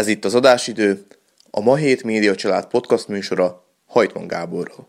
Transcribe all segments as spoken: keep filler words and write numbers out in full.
Ez itt az adásidő, a Ma Hét Média Család podcast műsora Hajtman Gáborral.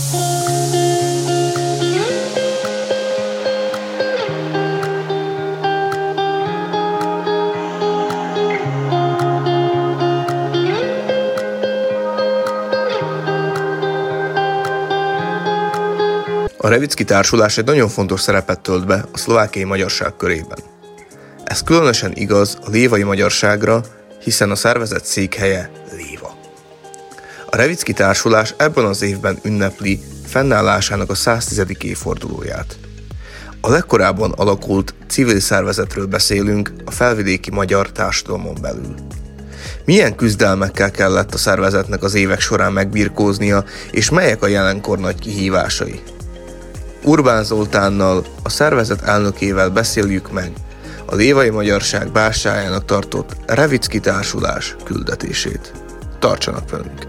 A Revicki társulás egy nagyon fontos szerepet tölt be a szlovákiai magyarság körében. Ez különösen igaz a lévai magyarságra, hiszen a szervezet székhelye Léva. A Revicki társulás ebben az évben ünnepli fennállásának a száztizedik évfordulóját. A legkorábban alakult civil szervezetről beszélünk a felvidéki magyar társadalmon belül. Milyen küzdelmekkel kellett a szervezetnek az évek során megbirkóznia, és melyek a jelenkor nagy kihívásai? Urbán Zoltánnal, a szervezet elnökével beszéljük meg a lévai magyarság bástyájának tartott Revicki társulás küldetését. Tartsanak velünk!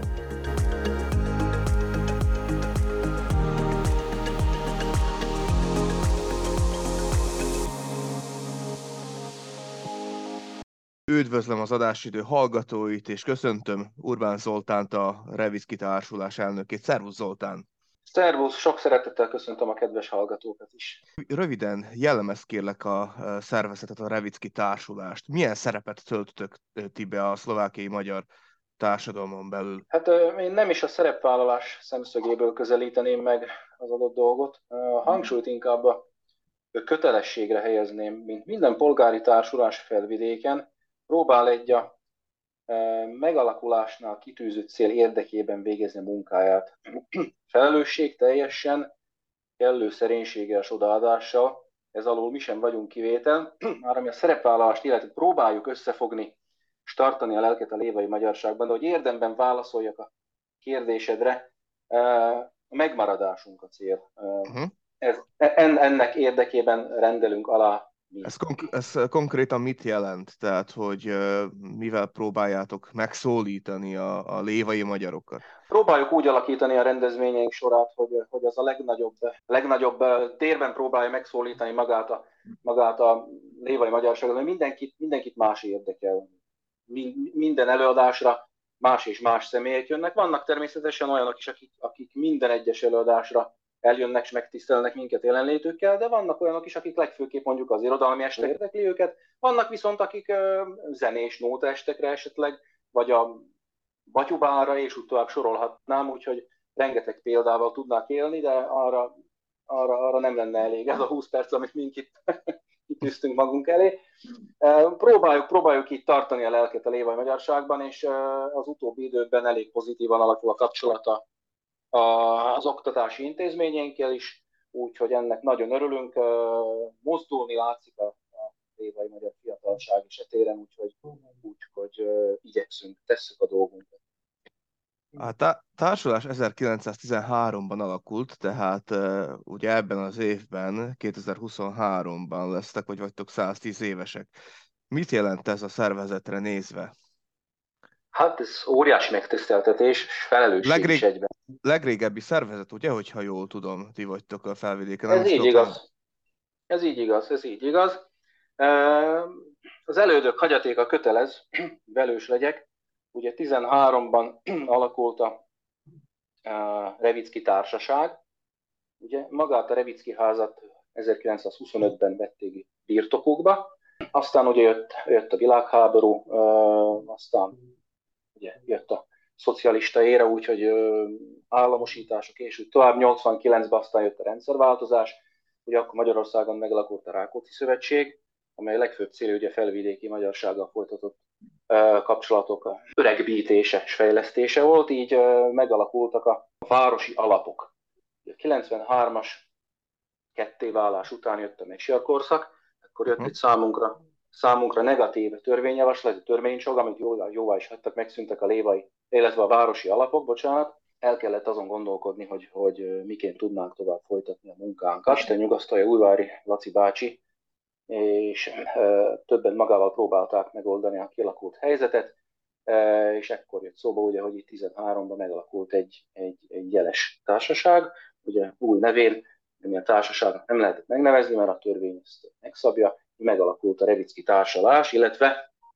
Üdvözlöm az adásidő hallgatóit, és köszöntöm Urbán Zoltánt, a Revicki társulás elnökét. Szervusz Zoltán! Szervusz, sok szeretettel köszöntöm a kedves hallgatókat is. Röviden jellemezd kérlek a szervezetet, a Revicki társulást. Milyen szerepet töltötök ti be a szlovákiai magyar társadalmon belül? Hát én nem is a szerepvállalás szemszögéből közelíteném meg az adott dolgot. A hangsúlyt inkább a kötelességre helyezném, mint minden polgári társulás felvidéken próbál egy a megalakulásnál kitűzött cél érdekében végezni munkáját. Felelősség teljesen, kellő szerénységgel és odaadással, ez alól mi sem vagyunk kivétel, már ami a szerepvállalást illeti, próbáljuk összefogni és tartani a lelket a lévai magyarságban, de hogy érdemben válaszoljak a kérdésedre, a megmaradásunk a cél. Uh-huh. Ez, en, ennek érdekében rendelünk alá. Ez, konk- ez konkrétan mit jelent? Tehát, hogy uh, mivel próbáljátok megszólítani a, a lévai magyarokat? Próbáljuk úgy alakítani a rendezvényeink sorát, hogy, hogy az a legnagyobb, legnagyobb térben próbálja megszólítani magát a, magát a lévai magyarságot, mert mindenkit, mindenkit más érdekel. Minden előadásra más és más személyek jönnek. Vannak természetesen olyanok is, akik, akik minden egyes előadásra eljönnek és megtisztelnek minket jelenlétükkel, de vannak olyanok is, akik legfőképp mondjuk az irodalmi este érdekli őket, vannak viszont akik ö, zenés nótaestekre esetleg, vagy a batyubára, és úgy tovább sorolhatnám, úgyhogy rengeteg példával tudnák élni, de arra, arra, arra nem lenne elég ez a húsz perc, amit mink itt kitűztünk magunk elé. Próbáljuk, próbáljuk itt tartani a lelket a lévai magyarságban, és az utóbbi időben elég pozitívan alakul a kapcsolata az oktatási intézményeinkkel is, úgyhogy ennek nagyon örülünk. Mozdulni látszik a, a lévai magyar fiatalság is etéren, úgyhogy, úgyhogy igyekszünk, tesszük a dolgunkat. A tá- társulás ezerkilencszáztizenháromban alakult, tehát uh, ugye ebben az évben, kétezer-huszonháromban lesztek, vagy vagytok száztíz évesek. Mit jelent ez a szervezetre nézve? Hát ez óriási megtiszteltetés, és felelősség Legrég... is egyben. Legrégebbi szervezet, ugye, hogyha jól tudom, ti vagytok a felvidéken. Ez így igaz. Ez így igaz, ez így igaz. Az elődök hagyatéka kötelez, velős legyek. Ugye tizenháromban alakult a Revicki társaság. Ugye magát a Revicki házat ezerkilencszázhuszonötben vették birtokukba. Aztán ugye jött, jött a világháború, aztán ugye jött a szocialista ére, úgyhogy államosítások és úgy tovább. nyolcvankilencben aztán jött a rendszerváltozás, ugye akkor Magyarországon megalakult a Rákóczi Szövetség, amely legfőbb célja ugye felvidéki magyarsággal folytatott kapcsolatok öregbítése és fejlesztése volt, így megalakultak a városi alapok. A kilencvenhármas kettéválás után jött a mesiakorszak, akkor jött egy számunkra, számunkra negatív törvényjavaslat, törvénycsog, amit jóvá, jóvá is hagytak, megszűntek a lévai, illetve a városi alapok, bocsánat. El kellett azon gondolkodni, hogy, hogy miként tudnánk tovább folytatni a munkánkat. Isten nyugasztalja Újvári Laci bácsi, és e, többen magával próbálták megoldani a kialakult helyzetet, e, és ekkor jött szóba, ugye, hogy itt tizenháromban megalakult egy, egy, egy jeles társaság, ugye új nevén, ami a társaságnak nem lehetett megnevezni, mert a törvény ezt megszabja, megalakult a Revicki társulás, illetve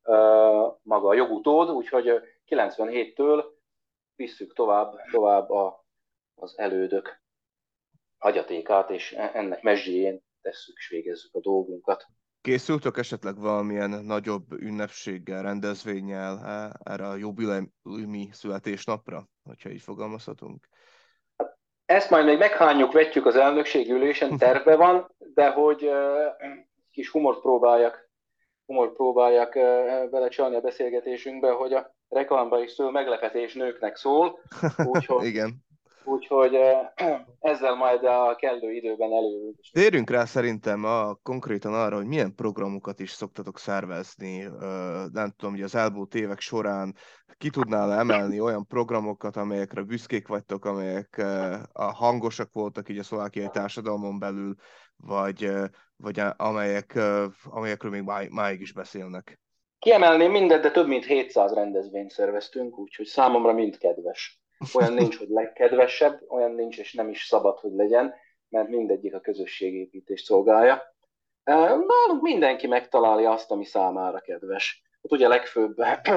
maga a jogutód, úgyhogy kilencvenhéttől visszük tovább, tovább a, az elődök hagyatékát, és ennek mezsdjén tesszük és végezzük a dolgunkat. Készültök esetleg valamilyen nagyobb ünnepséggel, rendezvénnyel erre a jubileumi születésnapra, hogyha így fogalmazhatunk? Ezt majd még meghányjuk, vetjük az elnökség ülésen, terve van, de hogy uh, kis humort próbáljak, humort próbáljak uh, belecsalni a beszélgetésünkbe, hogy a reklámba is szól, meglepetés nőknek szól, úgyhogy, Igen. úgyhogy uh, ezzel majd a kellő időben elő. Térjünk rá szerintem a, konkrétan arra, hogy milyen programokat is szoktatok szervezni. Nem tudom, hogy az elmúlt évek során ki tudnál emelni olyan programokat, amelyekre büszkék vagytok, amelyek a hangosak voltak így a szlovákiai társadalmon belül, vagy, vagy amelyek, amelyekről még máig, máig is beszélnek. Kiemelném mindet, de több mint hétszáz rendezvényt szerveztünk, úgyhogy számomra mind kedves. Olyan nincs, hogy legkedvesebb, olyan nincs, és nem is szabad, hogy legyen, mert mindegyik a közösségépítést szolgálja. Nálunk mindenki megtalálja azt, ami számára kedves. Hát ugye a legfőbb,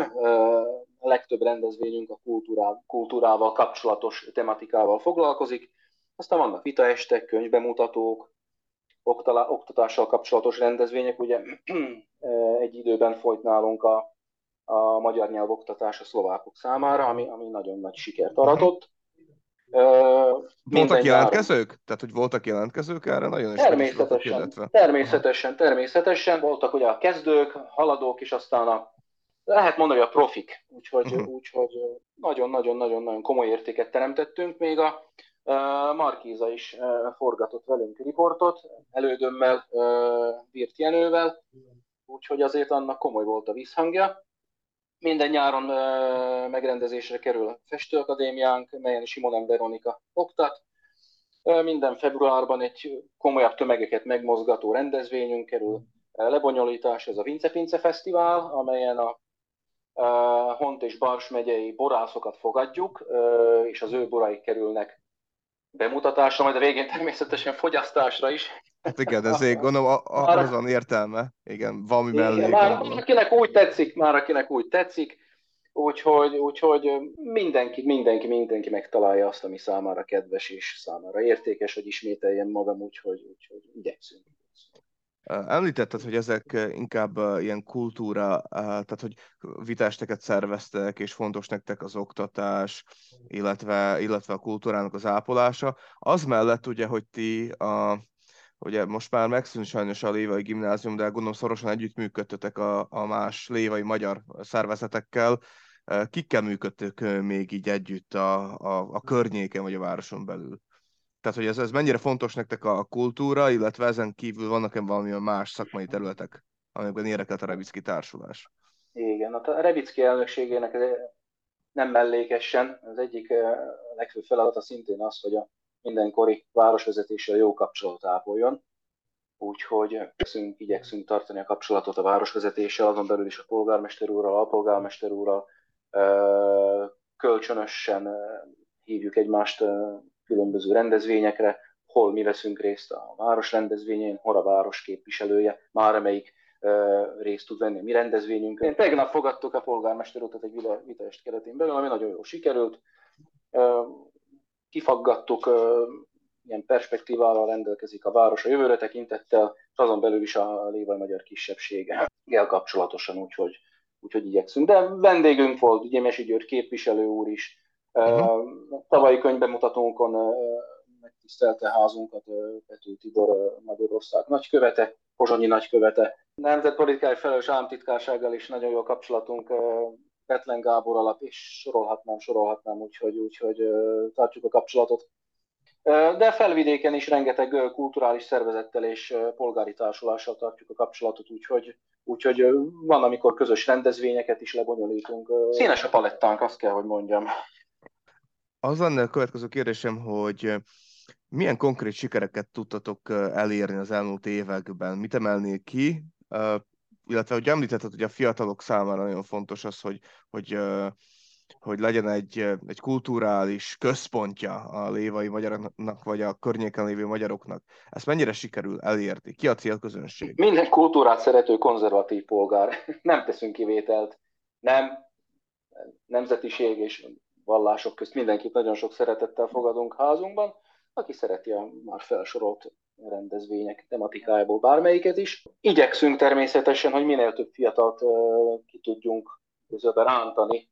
a legtöbb rendezvényünk a kultúrával, kultúrával kapcsolatos tematikával foglalkozik. Aztán vannak vitaestek, könyvbemutatók, oktatással kapcsolatos rendezvények. Ugye egy időben folyt nálunk a, a magyar nyelv oktatás a szlovákok számára, ami, ami nagyon nagy sikert aratott. Uh, voltak jelentkezők? Nyáron. Tehát, hogy voltak jelentkezők erre? Nagyon is természetesen, illetve. természetesen, természetesen. Voltak ugye a kezdők, haladók, és aztán a, lehet mondani, hogy a profik. Úgyhogy uh-huh. úgyhogy nagyon-nagyon-nagyon komoly értéket teremtettünk. Még a uh, Markíza is uh, forgatott velünk riportot, elődömmel, uh, Virt Jenővel, úgyhogy azért annak komoly volt a visszhangja. Minden nyáron uh, megrendezésre kerül a Festőakadémiánk, melyen Simonem Veronika oktat. Uh, minden februárban egy komolyabb tömegeket megmozgató rendezvényünk kerül uh, lebonyolítás, ez a Vince Pince Fesztivál, amelyen a uh, Hont és Bars megyei borászokat fogadjuk, uh, és az ő boraik kerülnek bemutatásra, majd a végén természetesen fogyasztásra is. Hát igen, ezért gondolom, a, a, az van értelme. Igen, valami mellé. Már, már akinek úgy tetszik, már akinek úgy tetszik, úgyhogy, úgyhogy mindenki, mindenki, mindenki megtalálja azt, ami számára kedves és számára értékes, hogy ismételjen magam, úgyhogy, úgyhogy igyekszünk. Említetted, hogy ezek inkább ilyen kultúra, tehát hogy vitesteket szerveztek, és fontos nektek az oktatás, illetve, illetve a kultúrának az ápolása. Az mellett ugye, hogy ti a ugye most már megszűnt sajnos a Lévai Gimnázium, de gondolom szorosan együttműködtetek a, a más lévai magyar szervezetekkel. Kikkel működtök még így együtt a, a, a környéken vagy a városon belül? Tehát, hogy ez, ez mennyire fontos nektek a kultúra, illetve ezen kívül vannak-e valamilyen más szakmai területek, amikben érdekelt a Revicki Társulás? Igen, a Revicki elnökségének nem mellékesen, az egyik legfőbb feladata szintén az, hogy a mindenkori városvezetéssel jó kapcsolatot ápoljon. Úgyhogy igyekszünk, igyekszünk tartani a kapcsolatot a városvezetéssel, azon belül is a polgármester úrral, a polgármester úrral, kölcsönösen hívjuk egymást különböző rendezvényekre, hol mi veszünk részt a város rendezvényén, hol a város képviselője, már amelyik részt tud venni a mi rendezvényünkön. Tegnap fogadtuk a polgármester utat egy vitaest keretén belül, ami nagyon jól sikerült. Kifaggattuk, ilyen perspektívával rendelkezik a város a jövőre tekintettel, és azon belül is a lévai magyar kisebbséggel kapcsolatosan, úgyhogy, úgyhogy igyekszünk. De vendégünk volt Gyémesi György képviselő úr is, uh-huh. Tavalyi könyvbemutatónkon megtisztelte házunkat Pető Tibor Magyarország nagykövete, pozsonyi nagykövete. Nemzetpolitikai felelős államtitkársággal is nagyon jó a kapcsolatunk, Betlen Gábor alap, és sorolhatnám, sorolhatnám, úgyhogy, úgyhogy tartjuk a kapcsolatot. De felvidéken is rengeteg kulturális szervezettel és polgári társulással tartjuk a kapcsolatot, úgyhogy, úgyhogy van, amikor közös rendezvényeket is lebonyolítunk. Színes a palettánk, azt kell, hogy mondjam. Az lenne a következő kérdésem, hogy milyen konkrét sikereket tudtatok elérni az elmúlt években? Mit emelnél ki? Illetve, hogy említetted, hogy a fiatalok számára nagyon fontos az, hogy, hogy hogy legyen egy, egy kulturális központja a lévai magyaroknak, vagy a környéken lévő magyaroknak. Ezt mennyire sikerül elérni? Ki a célközönség? Minden kultúrát szerető konzervatív polgár. Nem teszünk kivételt. Nem, nemzetiség és vallások közt mindenkit nagyon sok szeretettel fogadunk házunkban, aki szereti a már felsorolt rendezvények tematikájából bármelyiket is. Igyekszünk természetesen, hogy minél több fiatalt ki tudjunk közben rántani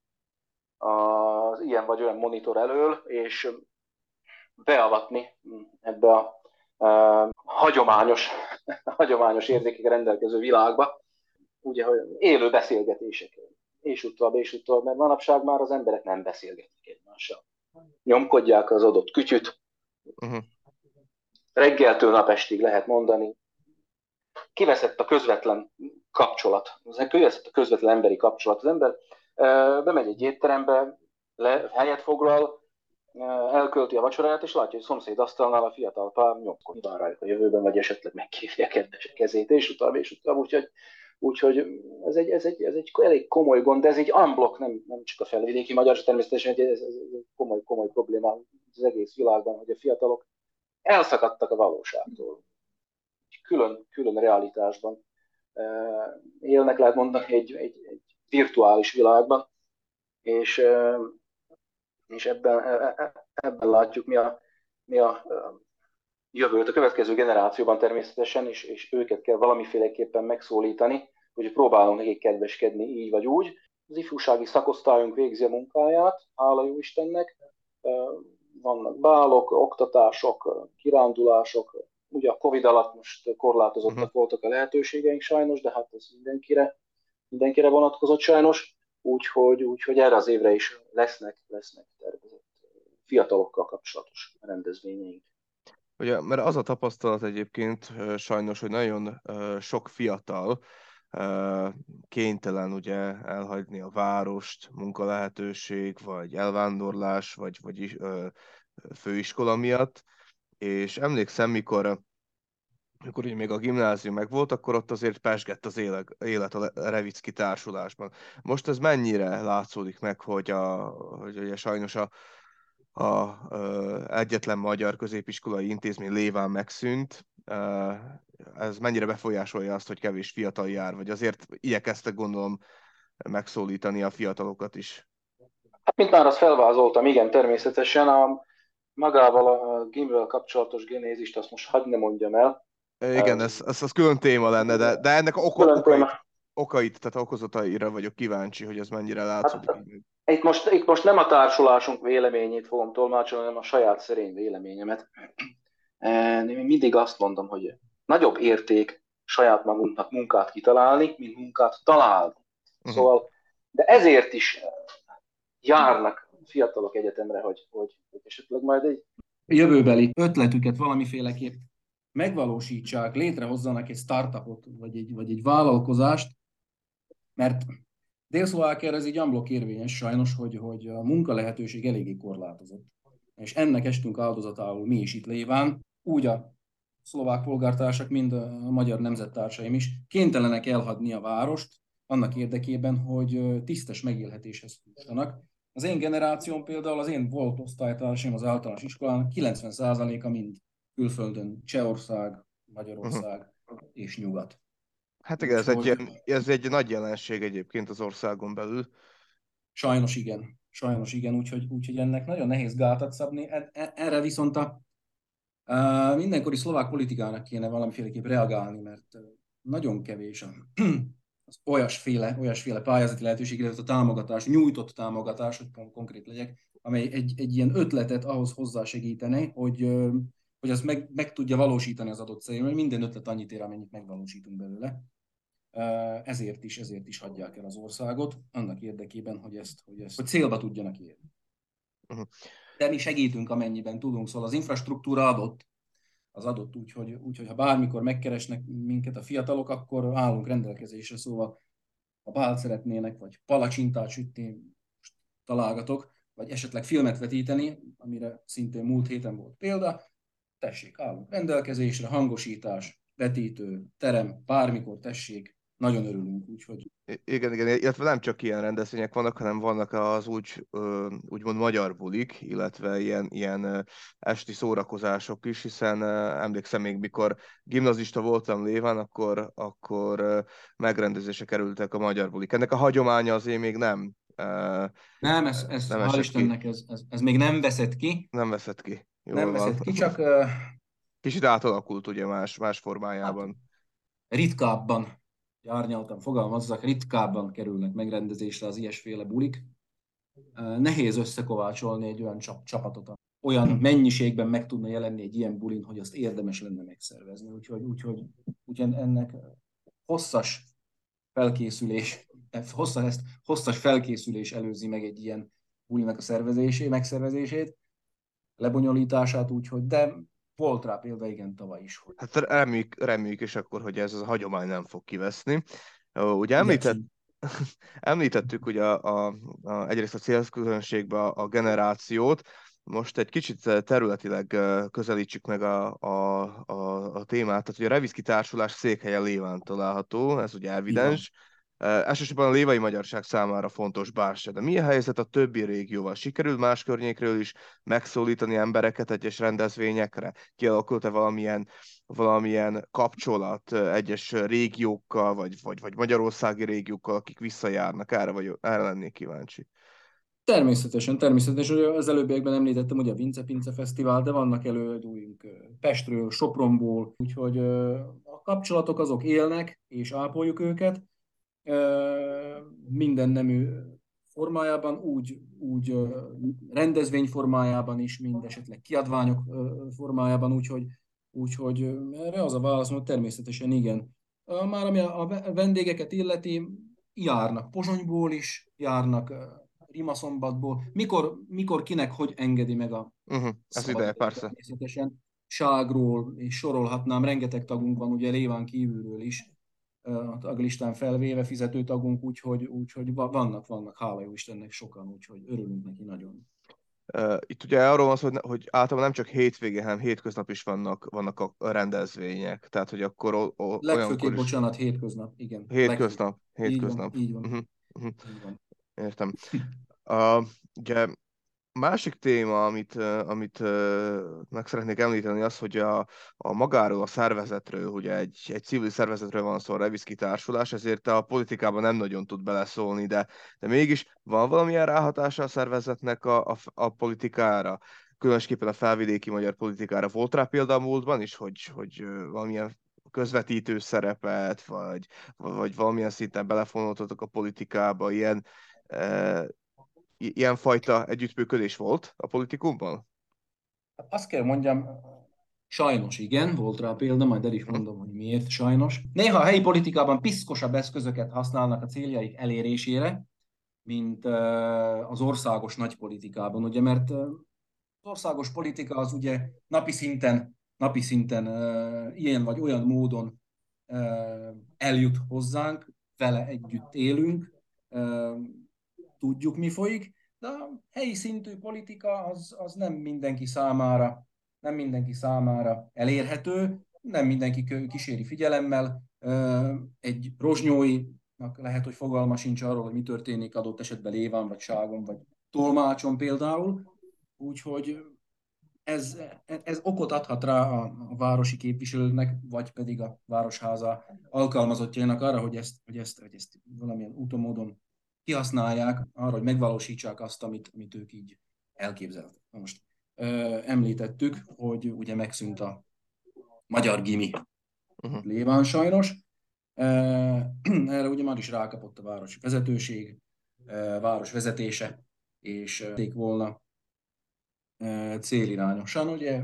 az ilyen vagy olyan monitor elől, és beavatni ebbe a uh, hagyományos, hagyományos érzékekkel rendelkező világba, ugye, hogy élő beszélgetések, és utóbb, és utóbb, mert manapság már az emberek nem beszélgetnek egymással. Nyomkodják az adott kütyüt, uh-huh. reggeltől napestig lehet mondani, kiveszett a közvetlen kapcsolat, kiveszett a közvetlen emberi kapcsolat. Az ember uh, bemegy egy étterembe, le, helyet foglal, elkölti a vacsoráját, és látja, hogy szomszéd asztalnál a fiatal pár nyomkodni vár rájuk a jövőben, vagy esetleg megkérje a kedves kezét, és utána, és utána, úgyhogy, úgyhogy ez, egy, ez, egy, ez egy elég komoly gond, de ez egy unblock, nem, nem csak a felvidéki magyar, természetesen ez, ez egy komoly, komoly probléma az egész világban, hogy a fiatalok elszakadtak a valóságtól. Külön, külön realitásban élnek, lehet mondani, egy, egy, egy virtuális világban, és és ebben, ebben látjuk mi a, mi a jövőt a következő generációban természetesen, és, és őket kell valamiféleképpen megszólítani, hogy próbálunk nekik kedveskedni így vagy úgy. Az ifjúsági szakosztályunk végzi a munkáját, hála jó Istennek, vannak bálok, oktatások, kirándulások, ugye a Covid alatt most korlátozottak uh-huh. voltak a lehetőségeink sajnos, de hát ez mindenkire, mindenkire vonatkozott sajnos. Úgyhogy, úgyhogy erre az évre is lesznek, lesznek tervezett fiatalokkal kapcsolatos rendezvényeink. Ugye, mert az a tapasztalat egyébként sajnos, hogy nagyon sok fiatal kénytelen ugye elhagyni a várost, munkalehetőség, vagy elvándorlás, vagy, vagy főiskola miatt, és emlékszem, mikor amikor ugye még a gimnázium meg volt, akkor ott azért pezsgett az élet a Revicki társulásban. Most ez mennyire látszódik meg, hogy, a, hogy ugye sajnos a, a, a egyetlen magyar középiskolai intézmény léván megszűnt, ez mennyire befolyásolja azt, hogy kevés fiatal jár, vagy azért igyekeztek gondolom megszólítani a fiatalokat is? Hát, mint már azt felvázoltam, igen, természetesen a magával a gimvel kapcsolatos genézist azt most hagyd ne mondjam el. Igen, ez, ez, ez külön téma lenne, de, de ennek a oka, okait, okait, tehát okozataira vagyok kíváncsi, hogy ez mennyire látszódik. Hát, itt, most, itt most nem a társulásunk véleményét fogom tolmácsolni, hanem a saját szerény véleményemet. Én mindig azt mondom, hogy nagyobb érték saját magunknak munkát kitalálni, mint munkát találni. Uh-huh. Szóval, de ezért is járnak fiatalok egyetemre, hogy, hogy, hogy esetleg majd egy jövőbeli ötletüket valamiféleképp megvalósítsák, létrehozzanak egy startupot, vagy egy, vagy egy vállalkozást, mert Dél-Szlovákiára ez egy unblock érvényes sajnos, hogy, hogy a munka lehetőség eléggé korlátozott. És ennek estünk áldozatául mi is itt léván, úgy a szlovák polgártársak, mind a magyar nemzettársaim is kénytelenek elhagyni a várost annak érdekében, hogy tisztes megélhetéshez jussanak. Az én generációm például, az én volt osztálytársaim az általános iskolának kilencven százaléka mind külföldön, Csehország, Magyarország uh-huh. és nyugat. Hát igen, ez egy, ez egy nagy jelenség egyébként az országon belül. Sajnos igen, sajnos igen, úgyhogy, úgyhogy ennek nagyon nehéz gátat szabni. Erre viszont a, a mindenkori szlovák politikának kéne valamiféleképp reagálni, mert nagyon kevés az olyasféle, olyasféle pályázati lehetőség, illetve a támogatás, nyújtott támogatás, hogy pont konkrét legyek, amely egy, egy ilyen ötletet ahhoz hozzásegítene, hogy, hogy az meg, meg tudja valósítani az adott cél, mert minden ötlet annyit ér, amennyit megvalósítunk belőle. Ezért is, ezért is hagyják el az országot, annak érdekében, hogy ezt, hogy ezt hogy célba tudjanak érni. Uh-huh. De mi segítünk, amennyiben tudunk, szóval az infrastruktúra adott, az adott úgy, hogy, úgy, hogy ha bármikor megkeresnek minket a fiatalok, akkor állunk rendelkezésre, szóval ha bált szeretnének, vagy palacsintát sütni, találgatok, vagy esetleg filmet vetíteni, amire szintén múlt héten volt példa, tessék, állunk rendelkezésre, hangosítás, vetítő, terem, bármikor tessék, nagyon örülünk, úgyhogy... Igen, igen, illetve nem csak ilyen rendezvények vannak, hanem vannak az úgy, ö, úgymond magyar bulik, illetve ilyen, ilyen ö, esti szórakozások is, hiszen ö, emlékszem még, mikor gimnazista voltam Léván, akkor, akkor ö, megrendezésre kerültek a magyar bulik. Ennek a hagyománya azért még nem, ö, Nem, ez, ez nem hál' esett ki, Istennek, ez, ez, ez még nem veszett ki, nem veszett ki. Jól nem van. veszett ki, csak uh, Kicsit átalakult ugye más, más hát formájában. ritkábban, árnyaltan fogalmazzak, ritkábban kerülnek megrendezésre az ilyesféle bulik. Uh, nehéz összekovácsolni egy olyan csap, csapatot, olyan mennyiségben meg tudna jelenni egy ilyen bulin, hogy azt érdemes lenne megszervezni. Úgyhogy, úgyhogy, úgyhogy ennek hosszas felkészülés, hosszas, ezt, hosszas felkészülés előzi meg egy ilyen bulinak a szervezését, megszervezését, lebonyolítását, úgyhogy, de volt rá példa, igen, tavaly is. Hogy Hát reméljük, reméljük is akkor, hogy ez az a hagyomány nem fog kiveszni. Ö, Ugye említett, igyekszünk. említettük ugye a, a, a, egyrészt a célközönségbe a, a generációt, most egy kicsit területileg ö, közelítsük meg a, a, a, a témát, tehát ugye a Revizki Társulás székhelye Léván található, ez ugye Így van. evidens. Ö, Elsősorban a lévai magyarság számára fontos bárse, de mi a helyzet a többi régióval? Sikerül más környékről is megszólítani embereket egyes rendezvényekre? Kialakult-e valamilyen valamilyen kapcsolat ö, egyes régiókkal, vagy, vagy, vagy magyarországi régiókkal, akik visszajárnak erre, vagy erre lennék kíváncsi. Természetesen, természetesen, hogy az előbbiekben említettem ugye a Vince Pince Fesztivál, de vannak előadóink ö, Pestről, Sopronból, úgyhogy ö, a kapcsolatok azok élnek, és ápoljuk őket. Ö, Minden nemű formájában, úgy, úgy ö, rendezvény formájában is, mind esetleg kiadványok ö, formájában, úgyhogy, úgyhogy ö, erre az a válasz, hogy természetesen igen. Ö, Már ami a a vendégeket illeti, járnak Pozsonyból is, járnak ö, Rimaszombatból, mikor, mikor kinek hogy engedi meg a Uh-huh. Ez ideje, szabadidő persze. természetesen. Ságról, és sorolhatnám, rengeteg tagunk van, ugye Léván kívülről is, a taglistán felvéve fizető tagunk, úgyhogy, úgyhogy va- vannak, vannak, hála jó Istennek sokan, úgyhogy örülünk neki nagyon. Uh, Itt ugye arról van szó, hogy, hogy általában nem csak hétvégén, hanem hétköznap is vannak, vannak a rendezvények. Tehát, hogy akkor o, o, olyankor Legfőképp, is bocsánat, hétköznap, igen, legfőképp. hétköznap, Így van, hétköznap. így van, Uh-huh. Uh-huh. így van. Értem. Uh, ugye másik téma, amit, ö, amit ö, meg szeretnék említeni, az, hogy a, a magáról, a szervezetről, ugye egy, egy civil szervezetről van szó, a Revizki Társulás, ezért a politikában nem nagyon tud beleszólni, de, de mégis van valamilyen ráhatása a szervezetnek a, a, a politikára, különösképpen a felvidéki magyar politikára. Volt rá példa a múltban is, hogy, hogy ö, valamilyen közvetítő szerepet, vagy, vagy valamilyen szinten belefonoltatok a politikába, ilyen i- ilyenfajta együttműködés volt a politikumban? Azt kell mondjam, sajnos igen, volt rá példa, majd el is Mhm. mondom, hogy miért sajnos. Néha a helyi politikában piszkosabb eszközöket használnak a céljaik elérésére, mint eh, az országos nagypolitikában, ugye, mert eh, az országos politika az ugye napi szinten, napi szinten uh, ilyen vagy olyan módon uh, eljut hozzánk, vele együtt élünk, uh, tudjuk, mi folyik, de a helyi szintű politika az, az nem mindenki számára, nem mindenki számára elérhető, nem mindenki kíséri figyelemmel. Uh, egy rozsnyóinak lehet, hogy fogalma sincs arról, hogy mi történik adott esetben Léván, vagy Ságon, vagy Tolmácson például, úgyhogy ez, ez okot adhat rá a, a városi képviselőnek, vagy pedig a városháza alkalmazottjainak arra, hogy ezt, hogy ezt, hogy ezt valamilyen úton, módon kihasználják arra, hogy megvalósítsák azt, amit, amit ők így elképzeltek. Na most ö, említettük, hogy ugye megszűnt a magyar gimi Uh-huh. Léván sajnos. Ö, Erre ugye már is rákapott a városi vezetőség, ö, város vezetése, és ö, volna célirányosan, ugye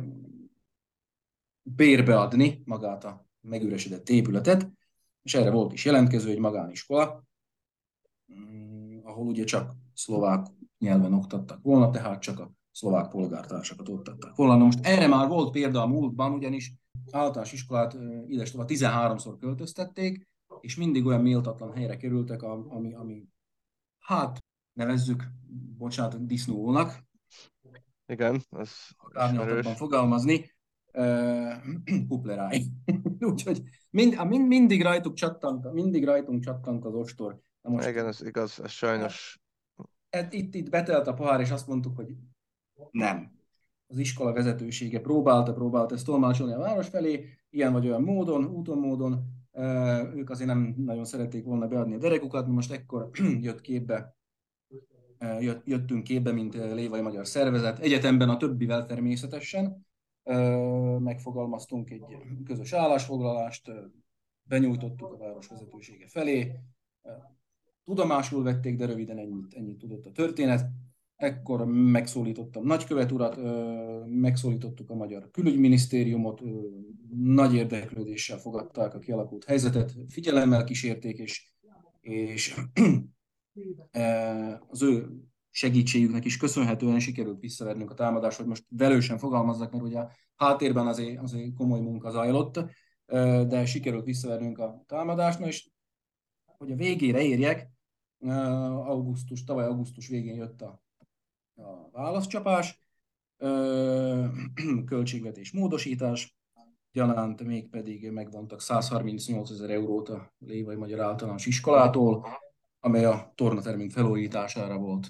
bérbeadni magát a megüresedett épületet, és erre volt is jelentkező egy magániskola, mm, ahol ugye csak szlovák nyelven oktattak volna, tehát csak a szlovák polgártársakat oktattak volna. Na most erre már volt példa a múltban, ugyanis általános iskolát idestova tizenháromszor költöztették, és mindig olyan méltatlan helyre kerültek, ami, ami hát nevezzük, bocsánat, disznónak, Igen, ez árnyaltabban ismerős. fogalmazni, uh, kupleráj. Úgyhogy mind, mind, mindig rajtuk csattant, mindig rajtunk csattant az ostor, Na most, Igen, ez igaz, ez sajnos. hát, itt, itt betelt a pohár, és azt mondtuk, hogy nem. Az iskola vezetősége próbálta, próbálta ezt tolmácsolni a város felé, ilyen vagy olyan módon, úton, módon. Ők azért nem nagyon szerették volna beadni a derekukat, most ekkor jött képbe, jött, jöttünk képbe, mint Lévai Magyar Szervezet, egyetemben a többivel természetesen. Megfogalmaztunk egy közös állásfoglalást, benyújtottuk a város vezetősége felé, tudomásul vették, de röviden ennyit, ennyit tudott a történet. Ekkor megszólítottam nagykövet urat, megszólítottuk a magyar külügyminisztériumot, nagy érdeklődéssel fogadták a kialakult helyzetet, figyelemmel kísérték, és, és az ő segítségüknek is köszönhetően sikerült visszavernünk a támadást, hogy most velősen fogalmazzak, mert ugye a háttérben azért, azért komoly munka zajlott, de sikerült visszavernünk a támadást, és hogy a végére érjek, augusztus, tavaly augusztus végén jött a, a válaszcsapás, költségvetés módosítás, gyanánt mégpedig megvontak százharmincnyolc ezer eurót a Lévai Magyar Általános Iskolától, amely a tornatermünk felújítására volt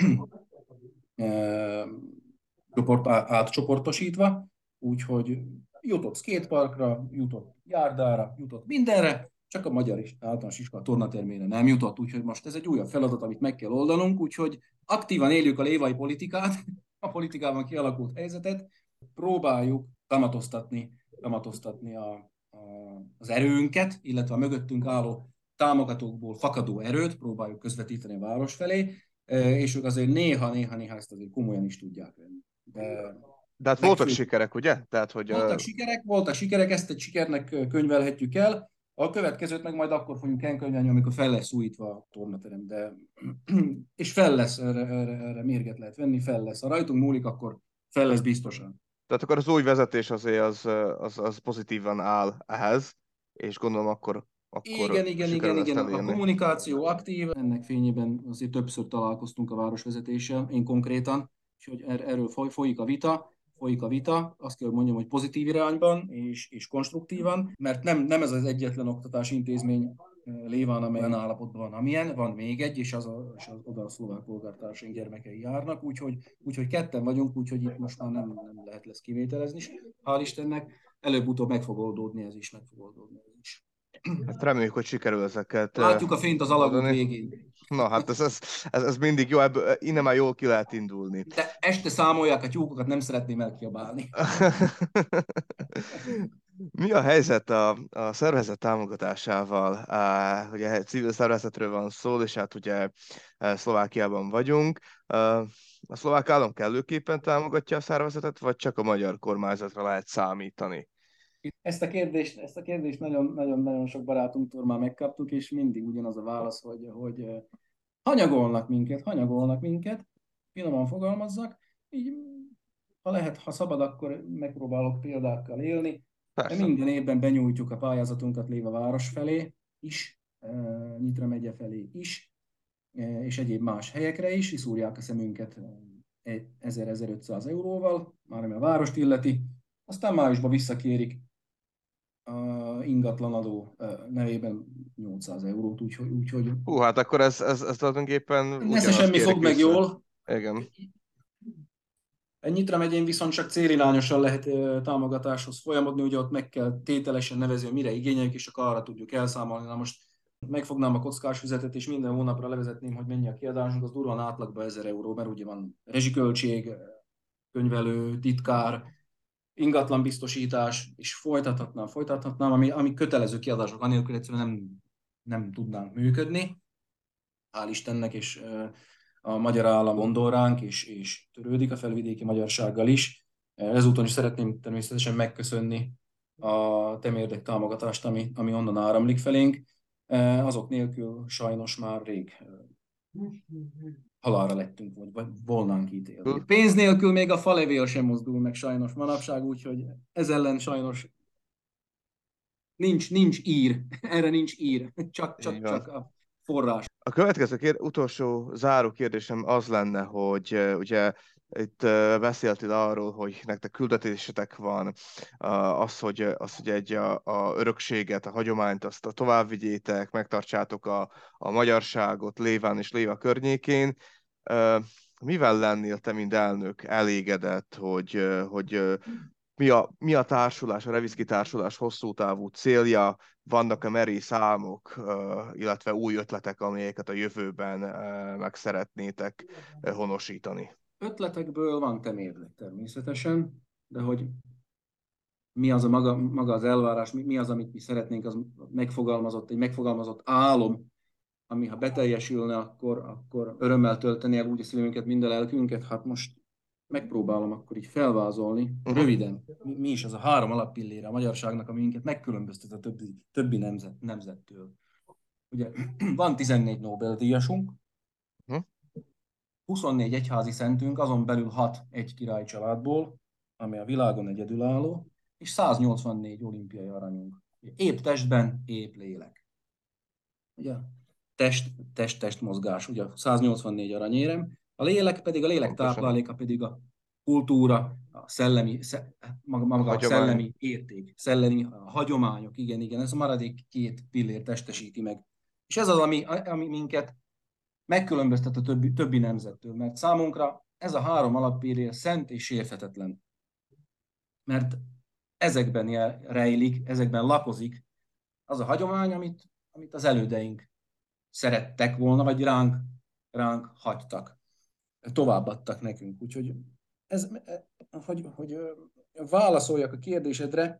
átcsoportosítva, úgyhogy jutott skateparkra, jutott járdára, jutott mindenre, csak a Magyar Általános Iskola tornatermére nem jutott, úgyhogy most ez egy újabb feladat, amit meg kell oldanunk, úgyhogy aktívan éljük a lévai politikát, a politikában kialakult helyzetet, próbáljuk kamatoztatni, kamatoztatni a, a, az erőnket, illetve a mögöttünk álló támogatókból fakadó erőt próbáljuk közvetíteni a város felé, és ők azért néha-néha-néha ezt azért komolyan is tudják venni. De, De hát voltak sikerek, ugye? Tehát, hogy voltak a... sikerek, voltak sikerek, ezt egy sikernek könyvelhetjük el. A következőt meg majd akkor fogjuk elkönyvelni, amikor fel lesz újítva a tornaterem, de és fel lesz, erre, erre, erre mérget lehet venni, fel lesz. Ha rajtunk múlik, akkor fel lesz biztosan. Tehát akkor az új vezetés azért az, az, az pozitívan áll ehhez, és gondolom akkor, akkor igen, igen, igen, ezt igen. elérni. A kommunikáció aktív, ennek fényében azért többször találkoztunk a városvezetéssel, én konkrétan, úgyhogy er, erről foly, folyik a vita, folyik a vita, azt kell, hogy mondjam, hogy pozitív irányban és, és konstruktívan, mert nem, nem ez az egyetlen oktatási intézmény Léván, amely olyan állapotban van, amilyen, van még egy, és, az a, és az, oda a szlovák polgártársaink gyermekei járnak, úgyhogy, úgyhogy ketten vagyunk, úgyhogy itt most már nem, nem lehet lesz kivételezni, hál' Istennek, előbb-utóbb meg fog oldódni ez is, meg fog oldódni ez is. Hát reméljük, hogy sikerül ezeket. Látjuk a fényt az alagút végén. Na hát ez, ez, ez, ez mindig jó, ebből, innen már jól ki lehet indulni. De este számolják a tyúkokat, nem szeretném elkiabálni. Mi a helyzet a, a szervezet támogatásával? Uh, ugye civil szervezetről van szó, és hát ugye Szlovákiában vagyunk. Uh, a szlovák állam kellőképpen támogatja a szervezetet, vagy csak a magyar kormányzatra lehet számítani? Ezt a kérdést, ezt a kérdést nagyon, nagyon, nagyon sok barátunktól már megkaptuk, és mindig ugyanaz a válasz, hogy, hogy hanyagolnak minket, hanyagolnak minket, finoman fogalmazzak, így ha lehet, ha szabad, akkor megpróbálok példákkal élni. Persze. De minden évben benyújtjuk a pályázatunkat Léva város felé is, Nyitra megye felé is, és egyéb más helyekre is, kiszúrják a szemünket ezer-ezerötszáz euróval, már ami a várost illeti. Aztán májusban visszakérik a ingatlanadó nevében nyolcszáz eurót, úgyhogy... úgyhogy... Hú, hát akkor ez, ez, ez tulajdonképpen... Nesze semmi fog meg jól. Igen. Nyitra megyén viszont csak célirányosan lehet támogatáshoz folyamodni, ugye ott meg kell tételesen nevezni, hogy mire igényeljük, és akkor arra tudjuk elszámolni. Na most megfognám a kockás füzetet, és minden hónapra levezetném, hogy mennyi a kiadásunk, az durván átlagban ezer euró, mert ugye van rezsiköltség, könyvelő, titkár, ingatlan biztosítás, és folytathatnám, folytathatnám, ami, ami kötelező kiadások, anélkül egyszerűen nem, nem tudnánk működni. Hál' Istennek, és a magyar állam gondol ránk, és, és törődik a felvidéki magyarsággal is. Ezúton is szeretném természetesen megköszönni a temérdek támogatást, ami, ami onnan áramlik felénk. Azok nélkül sajnos már rég halálra lettünk, vagy, vagy volnánk ítélni. Pénz nélkül még a falevél sem mozdul meg sajnos manapság, úgyhogy ez ellen sajnos nincs, nincs ír, erre nincs ír, csak, csak, csak a forrás. A következő kér, utolsó záró kérdésem az lenne, hogy uh, ugye itt beszéltél arról, hogy nektek küldetésetek van, az, hogy, az, hogy egy a, a örökséget, a hagyományt, azt a tovább vigyétek, megtartsátok a, a magyarságot Léván és Léva környékén. Mivel lennél te, mint elnök elégedett, hogy, hogy mi a, mi a társulás, a Revicki társulás hosszú távú célja, vannak-e merész számok, illetve új ötletek, amelyeket a jövőben meg szeretnétek honosítani? Ötletekből van temérlek természetesen, de hogy mi az a maga, maga az elvárás, mi, mi az, amit mi szeretnénk, az megfogalmazott, egy megfogalmazott álom, ami ha beteljesülne, akkor, akkor örömmel tölteni el úgy a szívünket, mind a lelkünket. Hát most megpróbálom akkor így felvázolni. Uh-huh. Röviden, mi, mi is az a három alappillére a magyarságnak, ami minket megkülönböztet a többi, többi nemzet, nemzettől. Ugye van tizennégy Nobel-díjasunk, uh-huh. huszonnégy egyházi szentünk, azon belül hat egy király családból, ami a világon egyedülálló, és száznyolcvannégy olimpiai aranyunk. Épp testben, épp lélek. Ugye? Test, test, test mozgás, ugye száznyolcvannégy aranyérem, a lélek pedig, a lélek tápláléka pedig a kultúra, a szellemi, maga, maga a, a szellemi érték, szellemi a hagyományok, igen, igen, ez a maradék két pillér testesíti meg. És ez az, ami, ami minket megkülönböztet a többi, többi nemzettől, mert számunkra ez a három alappillér szent és sérthetetlen. Mert ezekben jel, rejlik, ezekben lakozik az a hagyomány, amit, amit az elődeink szerettek volna, vagy ránk, ránk hagytak, továbbadtak nekünk. Úgyhogy ez, hogy, hogy válaszoljak a kérdésedre,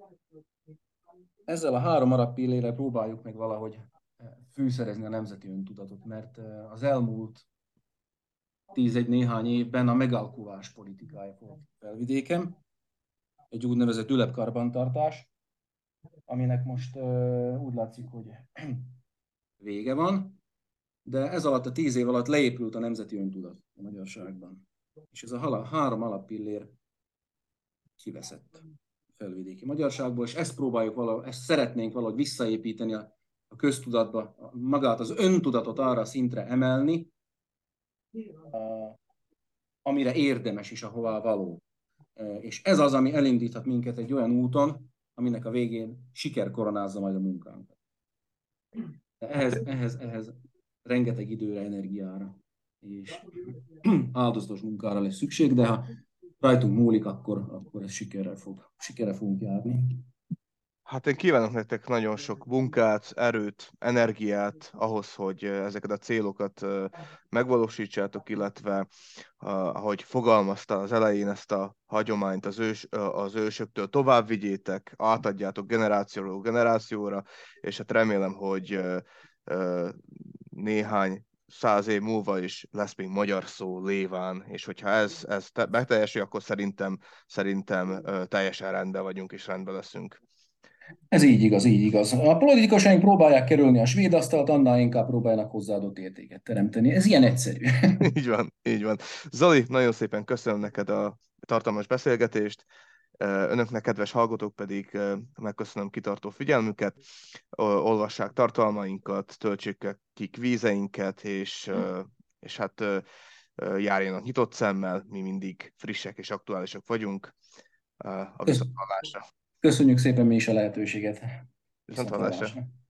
ezzel a három alappillérrel próbáljuk meg valahogy fűszerezni a nemzeti öntudatot, mert az elmúlt tízegy néhány évben a megalkuvás politikája volt felvidéken, egy úgynevezett ülepkarbantartás, aminek most úgy látszik, hogy vége van, de ez alatt a tíz év alatt leépült a nemzeti öntudat a magyarságban. És ez a három alappillér kiveszett a felvidéki magyarságból, és ezt próbáljuk valahogy, ezt szeretnénk valahogy visszaépíteni a, a köztudatba, a, magát az öntudatot arra a szintre emelni, a, amire érdemes is, ahová való. És ez az, ami elindíthat minket egy olyan úton, aminek a végén siker koronázza majd a munkánkat. De ehhez, ehhez, ehhez rengeteg időre, energiára és áldozatos munkára lesz szükség, de ha rajtunk múlik, akkor, akkor ez sikerrel, fog, sikerrel fogunk járni. Hát én kívánok nektek nagyon sok munkát, erőt, energiát ahhoz, hogy ezeket a célokat megvalósítsátok, illetve ahogy fogalmazta az elején, ezt a hagyományt az, ős, az ősöktől tovább vigyétek, átadjátok generációról generációra, és hát remélem, hogy néhány száz év múlva is lesz még magyar szó Léván, és hogyha ez, ez beteljesül, akkor szerintem, szerintem teljesen rendben vagyunk, és rendben leszünk. Ez így igaz, így igaz. A politikusaink próbálják kerülni a svéd asztalt, annál inkább próbálnak hozzáadott értéket teremteni. Ez ilyen egyszerű. Így van, így van. Zoli, nagyon szépen köszönöm neked a tartalmas beszélgetést. Önöknek, kedves hallgatók, pedig megköszönöm kitartó figyelmüket. Olvassák tartalmainkat, töltsék ki kvízeinket, és, és hát járjanak nyitott szemmel, mi mindig frissek és aktuálisak vagyunk. A viszonthallásra. Köszönjük szépen mi is a lehetőséget. Viszonthallásra.